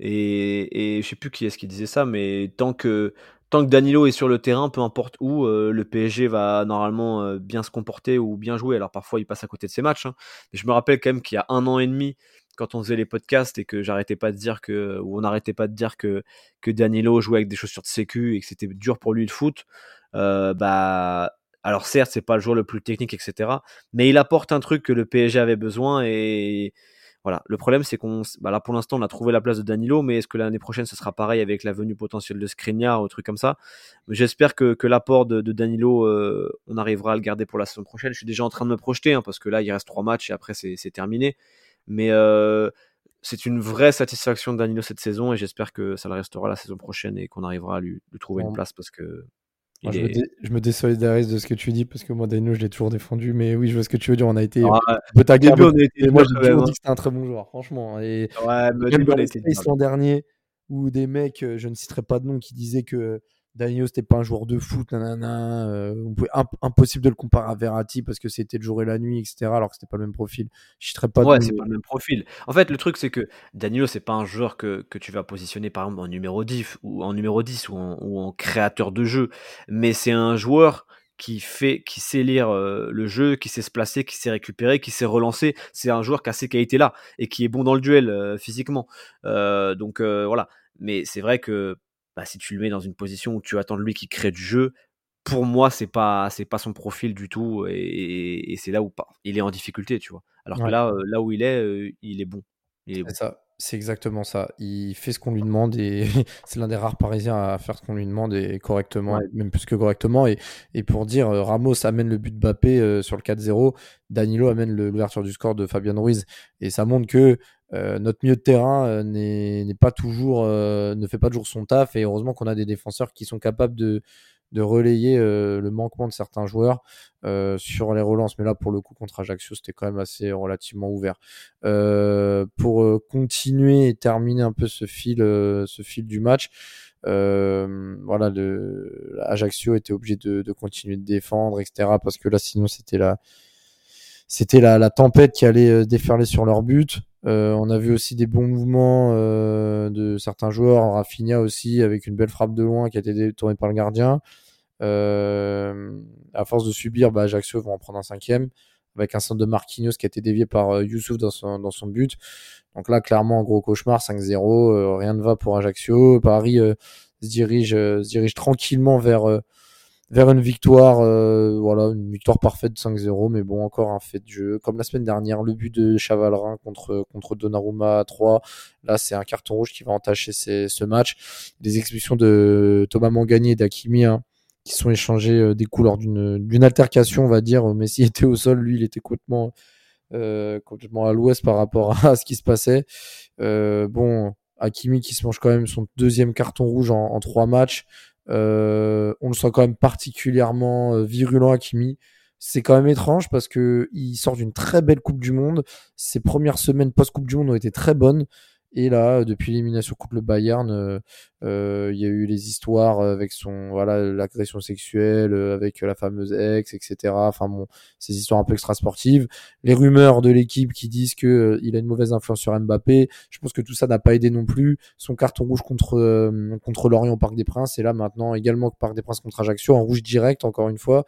Et, et je sais plus qui est-ce qui disait ça, mais tant que, tant que Danilo est sur le terrain, peu importe où, euh, le P S G va normalement euh, bien se comporter ou bien jouer. Alors parfois, il passe à côté de ses matchs. Hein. Mais je me rappelle quand même qu'il y a un an et demi, quand on faisait les podcasts et que j'arrêtais pas de dire que, ou on n'arrêtait pas de dire que, que Danilo jouait avec des chaussures de sécu et que c'était dur pour lui le foot, euh, bah, alors certes, c'est pas le joueur le plus technique, et cetera. Mais il apporte un truc que le P S G avait besoin et voilà. Le problème, c'est qu'on, bah là pour l'instant, on a trouvé la place de Danilo, mais est-ce que l'année prochaine, ce sera pareil avec la venue potentielle de Skriniar ou truc comme ça? J'espère que, que l'apport de, de Danilo, euh, on arrivera à le garder pour la saison prochaine. Je suis déjà en train de me projeter hein, parce que là, il reste trois matchs et après, c'est, c'est terminé. Mais euh, c'est une vraie satisfaction de Danilo cette saison et j'espère que ça le restera la saison prochaine et qu'on arrivera à lui, lui trouver bon. une place parce que Moi, je, est... me dé- je me désolidarise de ce que tu dis parce que moi, Danilo, je l'ai toujours défendu. Mais oui, je vois ce que tu veux dire. On a été. Ah, au début, on a été. Et moi, j'ai toujours dit que c'était un très bon joueur, franchement. Et ouais, mais même début, dans les spaces l'an dernier, où des mecs, je ne citerai pas de nom, qui disaient que Danilo, c'était pas un joueur de foot, nanana, euh, on pouvait, imp- impossible de le comparer à Verratti parce que c'était le jour et la nuit, et cetera. Alors que c'était pas le même profil. Je citerai pas. Ouais, de c'est pas le même profil. En fait, le truc, c'est que Danilo, c'est pas un joueur que, que tu vas positionner par exemple en numéro dix ou en numéro dix ou en, ou en créateur de jeu, mais c'est un joueur qui fait, qui sait lire euh, le jeu, qui sait se placer, qui sait récupérer, qui sait relancer. C'est un joueur qui a ces qualités-là et qui est bon dans le duel euh, physiquement. Euh, donc euh, voilà. Mais c'est vrai que bah, si tu le mets dans une position où tu attends de lui qu'il crée du jeu, pour moi, c'est pas, c'est pas son profil du tout, et, et, et c'est là où pas, il est en difficulté, tu vois. Alors Ouais. que là, euh, là où il est, euh, il est bon. Il est C'est bon. ça, c'est exactement ça. Il fait ce qu'on lui demande et c'est l'un des rares Parisiens à faire ce qu'on lui demande et correctement, Ouais. même plus que correctement. Et, et pour dire, euh, Ramos amène le but de Mbappé euh, sur le quatre zéro, Danilo amène le- l'ouverture du score de Fabian Ruiz. Et ça montre que euh, notre milieu de terrain euh, n'est n'est pas toujours, euh, ne fait pas toujours son taf. Et heureusement qu'on a des défenseurs qui sont capables de, de relayer euh, le manquement de certains joueurs euh, sur les relances. Mais là, pour le coup, contre Ajaccio, c'était quand même assez relativement ouvert. Euh, pour euh, continuer et terminer un peu ce fil, euh, ce fil du match, euh, voilà, le, Ajaccio était obligé de, de continuer de défendre, et cetera. Parce que là, sinon, c'était la, c'était la, la tempête qui allait euh, déferler sur leur but. Euh, on a vu aussi des bons mouvements euh, de certains joueurs. Rafinha aussi, avec une belle frappe de loin qui a été détournée par le gardien. Euh, à force de subir, bah, Ajaccio vont en prendre un cinquième avec un centre de Marquinhos qui a été dévié par euh, Youssouf dans son, dans son but. Donc là, clairement, un gros cauchemar, cinq zéro, euh, rien ne va pour Ajaccio. Paris euh, se, dirige, euh, se dirige tranquillement vers, euh, vers une victoire, euh, voilà, une victoire parfaite cinq zéro, mais bon, encore un fait de jeu. Comme la semaine dernière, le but de Chavalrin contre, contre Donnarumma à trois, là, c'est un carton rouge qui va entacher ces, ce match. Les expulsions de Thomas Mangani et d'Hakimi, hein, qui sont échangés euh, des coups lors d'une, d'une altercation, on va dire. Messi était au sol, lui, il était complètement, euh, complètement à l'ouest par rapport à ce qui se passait. Euh, bon, Hakimi qui se mange quand même son deuxième carton rouge en, en trois matchs. Euh, on le sent quand même particulièrement euh, virulent, Hakimi. C'est quand même étrange parce que il sort d'une très belle Coupe du Monde. Ses premières semaines post-Coupe du Monde ont été très bonnes. Et là, depuis l'élimination contre le Bayern, euh, euh, il y a eu les histoires avec son, voilà, l'agression sexuelle, euh, avec la fameuse ex, et cetera. Enfin bon, ces histoires un peu extrasportives. Les rumeurs de l'équipe qui disent que euh, il a une mauvaise influence sur Mbappé. Je pense que tout ça n'a pas aidé non plus. Son carton rouge contre euh, contre Lorient au Parc des Princes, et là maintenant également au Parc des Princes contre Ajaccio, en rouge direct encore une fois.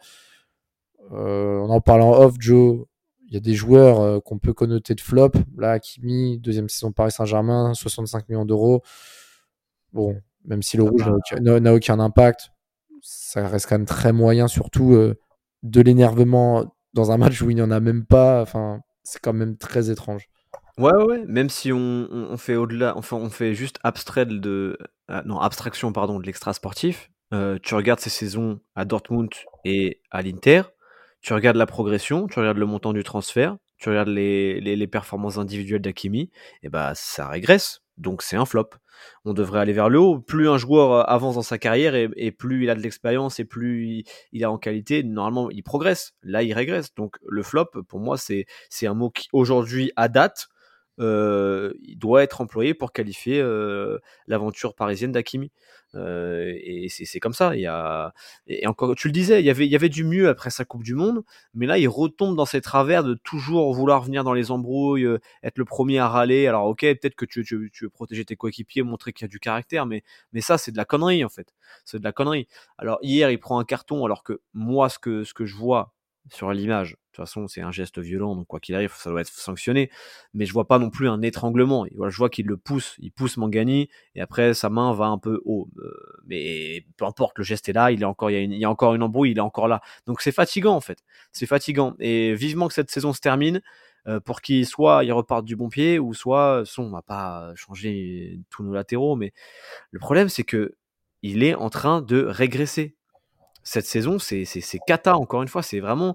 Euh, on en parle en off, Joe. Il y a des joueurs euh, qu'on peut connoter de flop. Là, Hakimi, deuxième saison Paris Saint-Germain, soixante-cinq millions d'euros. Bon, même si le rouge n'a aucun, n'a aucun impact, ça reste quand même très moyen, surtout euh, de l'énervement dans un match où il n'y en a même pas. Enfin, c'est quand même très étrange. Ouais, ouais, ouais. Même si on, on, on fait au-delà, enfin, on fait juste abstrait de, euh, non, abstraction, pardon, de l'extra sportif. Euh, tu regardes ces saisons à Dortmund et à l'Inter, tu regardes la progression, tu regardes le montant du transfert, tu regardes les, les, les performances individuelles d'Hakimi, et bah ça régresse. Donc c'est un flop. On devrait aller vers le haut. Plus un joueur avance dans sa carrière et, et plus il a de l'expérience et plus il, il a en qualité, normalement il progresse. Là il régresse. Donc le flop, pour moi, c'est c'est un mot qui aujourd'hui à date euh, il doit être employé pour qualifier euh, l'aventure parisienne d'Hakimi. Euh, et c'est, c'est comme ça. Il y a, et encore, tu le disais, il y avait, il y avait du mieux après sa Coupe du Monde, mais là, il retombe dans ses travers de toujours vouloir venir dans les embrouilles, euh, être le premier à râler. Alors, ok, peut-être que tu, tu, tu veux protéger tes coéquipiers, montrer qu'il y a du caractère, mais, mais ça, c'est de la connerie, en fait. C'est de la connerie. Alors, hier, il prend un carton, alors que moi, ce que, ce que je vois sur l'image, de toute façon, c'est un geste violent, donc quoi qu'il arrive, ça doit être sanctionné. Mais je vois pas non plus un étranglement. Et voilà, je vois qu'il le pousse, il pousse Mangani, et après sa main va un peu haut. Euh, mais peu importe, le geste est là, il est encore, il y a, une, il y a encore une embrouille, il est encore là. Donc c'est fatigant en fait, c'est fatigant. Et vivement que cette saison se termine euh, pour qu'il soit, il reparte du bon pied, ou soit, son, on va pas changer tous nos latéraux, mais le problème c'est que il est en train de régresser. Cette saison, c'est, c'est, c'est cata, encore une fois. C'est vraiment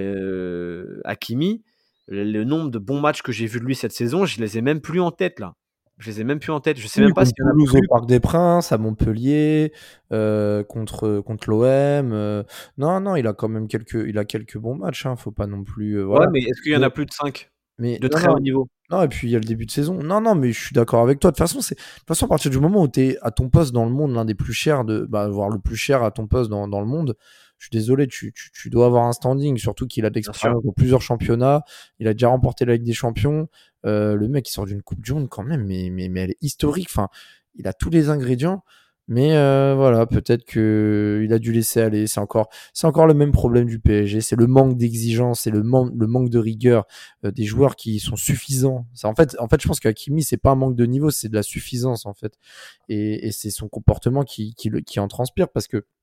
euh, Hakimi. Le, le nombre de bons matchs que j'ai vu de lui cette saison, je les ai même plus en tête, là. Je les ai même plus en tête. Je sais Oui, même pas contre s'il y en a Toulouse plus. au Parc des Princes, à Montpellier, euh, contre contre l'O M. Euh, non, non, il a quand même quelques, il a quelques bons matchs. Hein, faut pas non plus, euh, Ouais, voilà. mais est-ce qu'il y en Mais, a plus de cinq mais de non, très non, haut niveau? non. Et puis il y a le début de saison. Non, non, mais je suis d'accord avec toi. De toute façon, c'est, de toute façon, à partir du moment où tu es à ton poste dans le monde, l'un des plus chers de, bah, voire le plus cher à ton poste dans dans le monde. Je suis désolé, tu, tu, tu dois avoir un standing, surtout qu'il a de Bien sûr. l'expérience dans plusieurs championnats. Il a déjà remporté la Ligue des Champions. Euh, le mec, il sort d'une Coupe du Monde quand même, mais, mais, mais elle est historique. Enfin, il a tous les ingrédients. Mais euh, voilà, peut-être que il a dû laisser aller. C'est encore, c'est encore le même problème du P S G. C'est le manque d'exigence, c'est le, man- le manque de rigueur euh, des joueurs qui sont suffisants. C'est en fait, en fait, je pense qu'Hakimi, c'est pas un manque de niveau, c'est de la suffisance en fait. Et, et c'est son comportement qui, qui, le, qui en transpire parce que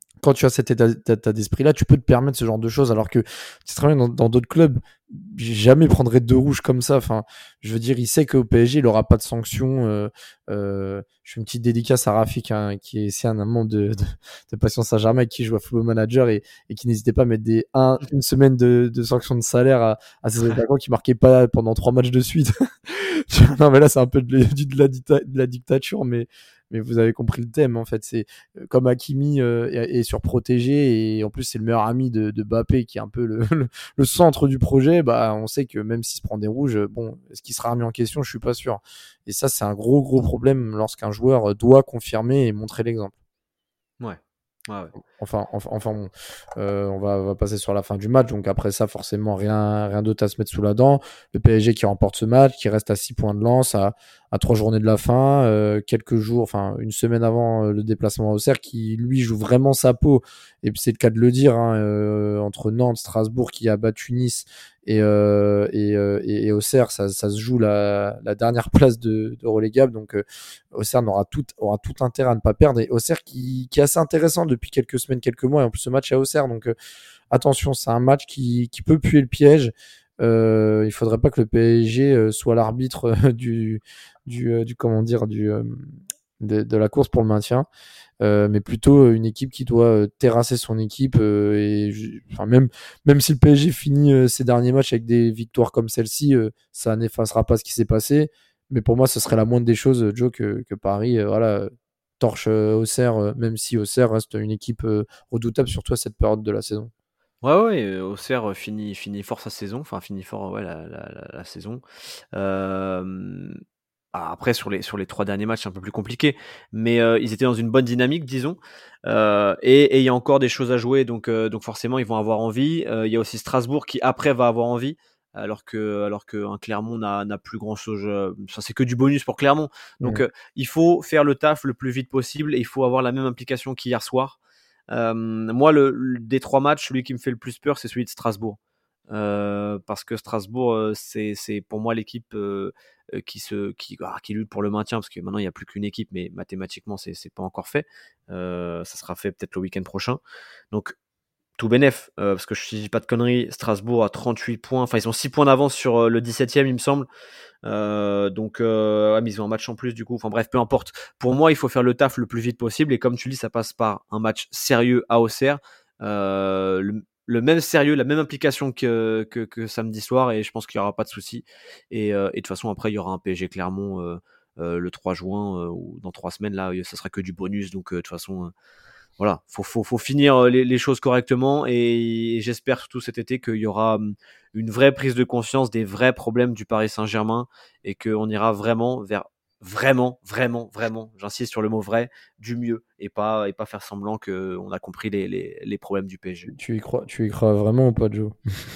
quand tu as cet état, état d'esprit-là, tu peux te permettre ce genre de choses, alors que tu travailles dans, dans d'autres clubs, jamais prendrait deux rouges comme ça. Enfin, je veux dire, il sait qu'au P S G, il aura pas de sanction. Euh, euh, je fais une petite dédicace à Rafik, hein, qui est aussi un amant de, de, de Passion Saint-Germain, qui joue à Football Manager et, et qui n'hésitait pas à mettre des un, une semaine de, de sanction de salaire à, à ses attaquants qui marquaient pas pendant trois matchs de suite. Non, mais là, c'est un peu de, de, la, de la dictature, mais mais vous avez compris le thème, en fait. C'est comme Hakimi euh, est, est surprotégé, et en plus c'est le meilleur ami de, de Mbappé, qui est un peu le, le, le centre du projet. Bah, on sait que même s'il se prend des rouges, bon, est-ce qu'il sera remis en question? Je suis pas sûr. Et ça, c'est un gros gros problème lorsqu'un joueur doit confirmer et montrer l'exemple. Ouais. Ah ouais. Enfin, enfin, enfin bon, euh, on, va, on va passer sur la fin du match. Donc après ça, forcément, rien, rien d'autre à se mettre sous la dent. Le P S G qui remporte ce match, qui reste à six points de lance, à, à trois journées de la fin, euh, quelques jours, enfin une semaine avant euh, le déplacement à Auxerre, qui lui joue vraiment sa peau. Et puis c'est le cas de le dire, hein, euh, entre Nantes, Strasbourg qui a battu Nice et euh, et, euh, et, et Auxerre, ça, ça se joue la, la dernière place de, de relégable. Donc euh, Auxerre aura tout aura tout intérêt à ne pas perdre. Et Auxerre qui qui est assez intéressant depuis quelques semaines, quelques mois. Et en plus ce match est à Auxerre, donc euh, attention, c'est un match qui qui peut puer le piège. Euh, il faudrait pas que le P S G euh, soit l'arbitre euh, du du euh, du comment dire du euh, de, de la course pour le maintien. Euh, mais plutôt une équipe qui doit euh, terrasser son équipe euh, et enfin même même si le P S G finit euh, ses derniers matchs avec des victoires comme celle-ci, euh, ça n'effacera pas ce qui s'est passé. Mais pour moi, ce serait la moindre des choses, Joe, que, que Paris, euh, voilà, torche euh, Auxerre, euh, même si Auxerre reste une équipe euh, redoutable, surtout à cette période de la saison. Ouais, ouais, euh, Auxerre finit, finit fort sa saison, enfin finit fort ouais, la, la, la, la saison. Euh, après, sur les, sur les trois derniers matchs, c'est un peu plus compliqué, mais euh, ils étaient dans une bonne dynamique, disons, euh, et, et il y a encore des choses à jouer, donc, euh, donc forcément, ils vont avoir envie. Euh, il y a aussi Strasbourg qui, après, va avoir envie, alors que, alors que un Clermont n'a, n'a plus grand-chose. euh, Ça, c'est que du bonus pour Clermont. Donc, Mmh. euh, il faut faire le taf le plus vite possible, et il faut avoir la même implication qu'hier soir. Euh, moi, le, le- des trois matchs, celui qui me fait le plus peur, c'est celui de Strasbourg. Euh, parce que Strasbourg, euh, c'est, c'est pour moi l'équipe euh, euh, qui, se, qui, ah, qui lutte pour le maintien, parce que maintenant, il n'y a plus qu'une équipe, mais mathématiquement, c'est, c'est pas encore fait. Euh, ça sera fait peut-être le week-end prochain. Donc, tout bénef, euh, parce que je ne dis pas de conneries, Strasbourg a trente-huit points, enfin, ils ont six points d'avance sur euh, le dix-septième, il me semble. Euh, donc, euh, ah, mais ils ont un match en plus du coup. Enfin bref, peu importe. Pour moi, il faut faire le taf le plus vite possible. Et comme tu le dis, ça passe par un match sérieux à Auxerre. Euh, le, le même sérieux, la même implication que, que, que samedi soir. Et je pense qu'il n'y aura pas de souci. Et, euh, et de toute façon, après, il y aura un P S G Clermont euh, euh, le trois juin euh, ou dans trois semaines. Là, ça sera que du bonus. Donc, euh, de toute façon. Euh, voilà, faut, faut, faut finir les, les choses correctement et j'espère surtout cet été qu'il y aura une vraie prise de conscience des vrais problèmes du Paris Saint-Germain et qu'on ira vraiment vers vraiment, vraiment, vraiment, j'insiste sur le mot vrai, du mieux et pas, et pas faire semblant qu'on a compris les, les, les problèmes du P S G. Tu y crois, tu y crois vraiment ou pas, Joe?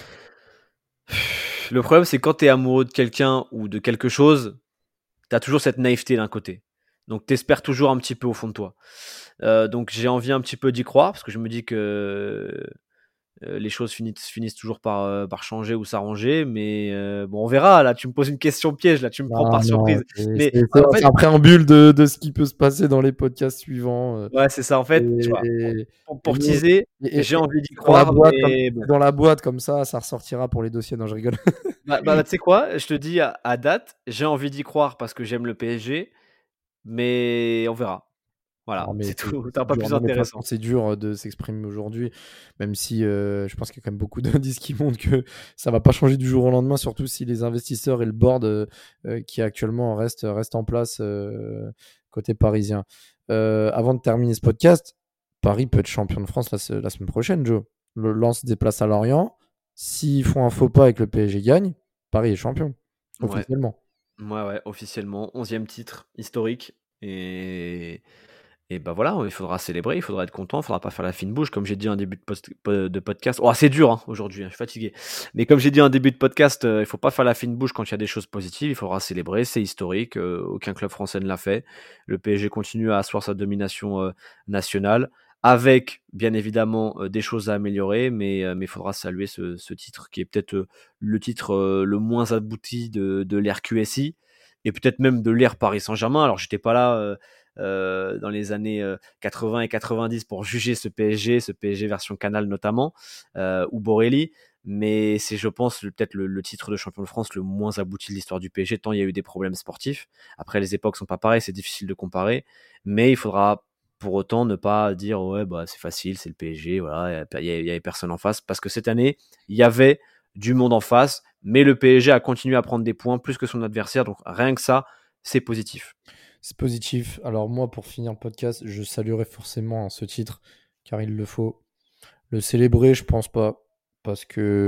Le problème, c'est quand tu es amoureux de quelqu'un ou de quelque chose, tu as toujours cette naïveté d'un côté. Donc t'espères toujours un petit peu au fond de toi. Euh, donc j'ai envie un petit peu d'y croire parce que je me dis que euh, les choses finissent, finissent toujours par, euh, par changer ou s'arranger, mais euh, bon on verra. Là tu me poses une question piège, là tu me prends Non, par non, surprise. c'est, Mais c'est, en c'est fait, un préambule de, de ce qui peut se passer dans les podcasts suivants. euh, ouais c'est ça. En fait, tu vois, Et, pour, et pour nous, teaser, et- et- j'ai envie d'y dans la croire, boîte, comme, mais bon. dans la boîte, comme ça, ça ressortira pour les dossiers. Non, je rigole. Bah, bah, bah, tu sais quoi, je te dis à, à date, j'ai envie d'y croire parce que j'aime le P S G, mais on verra. Non, Voilà, mais c'est c'est tout. c'est- T'as c'est pas dur. plus Non, mais de toute façon, intéressant. c'est dur euh, de s'exprimer aujourd'hui, même si euh, je pense qu'il y a quand même beaucoup d'indices qui montrent que ça va pas changer du jour au lendemain, surtout si les investisseurs et le board euh, euh, qui actuellement restent, restent en place euh, côté parisien. Euh, avant de terminer ce podcast, Paris peut être champion de France la, se- la semaine prochaine, Joe. Le Lens se déplace à Lorient. S'ils font un faux pas et que le P S G gagne, Paris est champion, Ouais, officiellement. ouais, ouais, officiellement, onzième titre historique. Et, et bah voilà, il faudra célébrer, il faudra être content, il faudra pas faire la fine bouche, comme j'ai dit en début de, post- de podcast. Oh, c'est dur hein, aujourd'hui, hein, je suis fatigué. Mais comme j'ai dit en début de podcast, euh, il faut pas faire la fine bouche quand il y a des choses positives, il faudra célébrer, c'est historique, euh, aucun club français ne l'a fait. Le P S G continue à asseoir sa domination euh, nationale, avec bien évidemment euh, des choses à améliorer, mais euh, mais il faudra saluer ce, ce titre qui est peut-être euh, le titre euh, le moins abouti de, de l'R Q S I et peut-être même de l'ère Paris Saint-Germain. Alors j'étais pas là euh, euh, dans les années euh, quatre-vingts et quatre-vingt-dix pour juger ce P S G, ce P S G version Canal notamment, euh, ou Borelli. Mais c'est, je pense, le, peut-être le, le titre de champion de France le moins abouti de l'histoire du P S G, tant il y a eu des problèmes sportifs. Après, les époques sont pas pareilles, c'est difficile de comparer. Mais il faudra pour autant ne pas dire ouais bah c'est facile, c'est le P S G, voilà, il y, y avait personne en face, parce que cette année il y avait du monde en face, mais le P S G a continué à prendre des points plus que son adversaire, donc rien que ça c'est positif. C'est positif. Alors moi, pour finir le podcast, je saluerai forcément ce titre car il le faut. Le célébrer, je pense pas, parce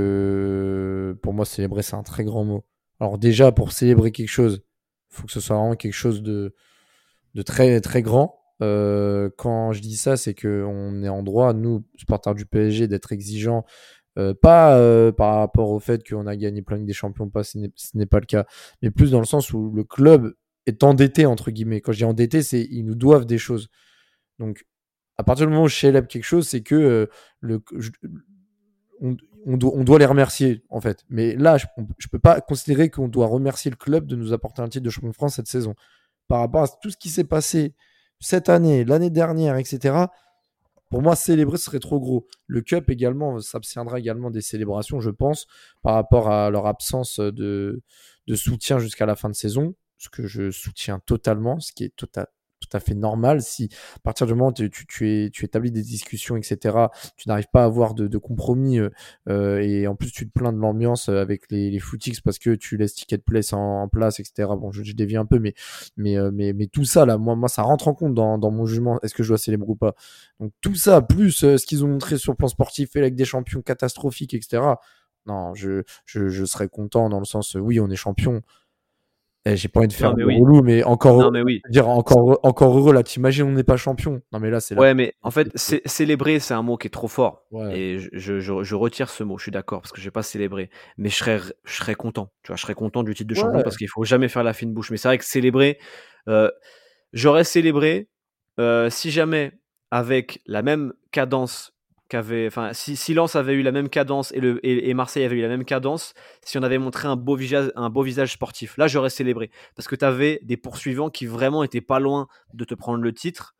que pour moi célébrer c'est un très grand mot. Alors déjà, pour célébrer quelque chose, il faut que ce soit vraiment quelque chose de de très très grand. Euh, quand je dis ça, c'est qu'on est en droit, nous, supporters du P S G, d'être exigeants, euh, pas euh, par rapport au fait qu'on a gagné plein de des champions, pas, ce n'est, ce n'est pas le cas, mais plus dans le sens où le club est endetté, entre guillemets. Quand je dis endetté, c'est ils nous doivent des choses. Donc, à partir du moment où je célèbre quelque chose, c'est que euh, le, je, on, on, doit, on doit les remercier, en fait. Mais là, je ne peux pas considérer qu'on doit remercier le club de nous apporter un titre de champion de France cette saison. Par rapport à tout ce qui s'est passé cette année, l'année dernière, et cetera, pour moi, célébrer, ce serait trop gros. Le Cup également s'abstiendra également des célébrations, je pense, par rapport à leur absence de, de soutien jusqu'à la fin de saison, ce que je soutiens totalement, ce qui est total, tout à fait normal. Si à partir du moment où tu, tu, tu, es, tu établis des discussions, et cetera, tu n'arrives pas à avoir de, de compromis euh, et en plus tu te plains de l'ambiance avec les, les footix parce que tu laisses Ticket Place en, en place, et cetera. Bon, je, je dévie un peu, mais, mais, euh, mais, mais tout ça, là, moi, moi, ça rentre en compte dans, dans mon jugement. Est-ce que je dois célébrer ou pas? Donc tout ça, plus euh, ce qu'ils ont montré sur le plan sportif et avec des champions catastrophiques, et cetera. Non, je, je, je serais content dans le sens, euh, oui, on est champion. Eh, j'ai pas envie de faire non, mais le oui. relou, mais encore, non, mais oui. dire encore, encore heureux là. T'imagines, on n'est pas champion. Non, mais là, c'est là. Ouais, mais en fait, c- célébrer, c'est un mot qui est trop fort. Ouais. Et je, je, je, je retire ce mot. Je suis d'accord parce que je vais pas célébrer, mais je serais, je serais content. Tu vois, je serais content du titre de champion Ouais. parce qu'il faut jamais faire la fine bouche. Mais c'est vrai que célébrer, euh, j'aurais célébré euh, si jamais avec la même cadence qu'avait, enfin, si, si Lens avait eu la même cadence et, le, et, et Marseille avait eu la même cadence, si on avait montré un beau visage, un beau visage sportif, là j'aurais célébré parce que tu avais des poursuivants qui vraiment étaient pas loin de te prendre le titre,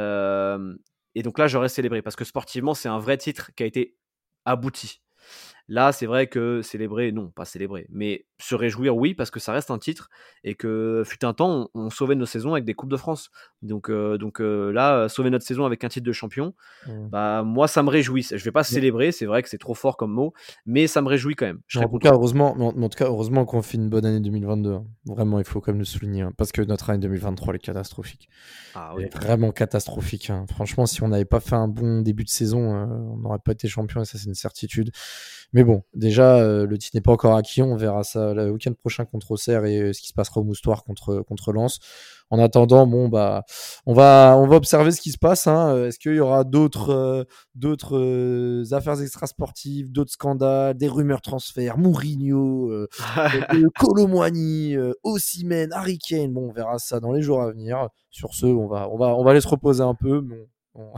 euh, et donc là j'aurais célébré parce que sportivement c'est un vrai titre qui a été abouti. Là, c'est vrai que célébrer, non, pas célébrer, mais se réjouir, oui, parce que ça reste un titre et que fut un temps, on, on sauvait nos saisons avec des Coupes de France. Donc, euh, donc euh, là, sauver notre saison avec un titre de champion, mmh. bah, moi, ça me réjouit. Je ne vais pas célébrer, c'est vrai que c'est trop fort comme mot, mais ça me réjouit quand même. Je en, tout cas, heureusement, mais en, en tout cas, heureusement qu'on fait une bonne année deux mille vingt-deux. Hein. Vraiment, il faut quand même le souligner, hein, parce que notre année deux mille vingt-trois, elle est catastrophique. Ah, oui. Elle est vraiment catastrophique. Hein. Franchement, si on n'avait pas fait un bon début de saison, euh, on n'aurait pas été champion, et ça, c'est une certitude. Mais bon, déjà, euh, le titre n'est pas encore acquis. On verra ça le week-end prochain contre Auxerre et euh, ce qui se passera au Moustoir contre, contre Lens. En attendant, bon, bah, on va, on va observer ce qui se passe. Hein. Est-ce qu'il y aura d'autres, euh, d'autres euh, affaires extrasportives, d'autres scandales, des rumeurs transferts, Mourinho, euh, euh, Kolo Muani, euh, Osimhen, Harry Kane. Bon, on verra ça dans les jours à venir. Sur ce, on va, on va, on va aller se reposer un peu. Mais on,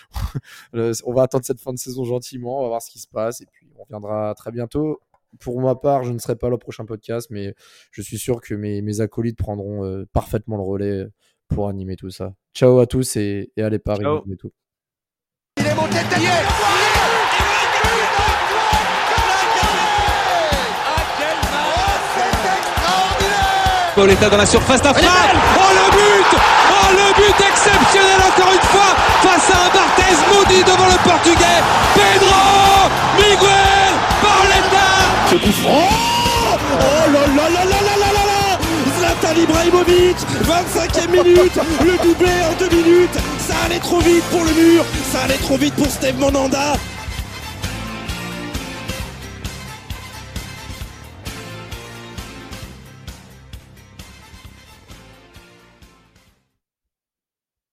on va attendre cette fin de saison gentiment. On va voir ce qui se passe et puis on reviendra très bientôt. Pour ma part, je ne serai pas là au prochain podcast, mais je suis sûr que mes, mes acolytes prendront euh, parfaitement le relais pour animer tout ça. Ciao à tous et, et allez Paris. Et tout. Il est monté de tête. Pauletta dans la surface d'affaire. Oh le but! Oh le but exceptionnel encore une fois face à un Barthez maudit devant le Portugais. Pedro Miguel Pauletta. Ce coup franc. Oh là là là là là là là là. Zlatan Ibrahimovic, vingt-cinquième minute, le doublé en deux minutes. Ça allait trop vite pour le mur, ça allait trop vite pour Steve Monanda.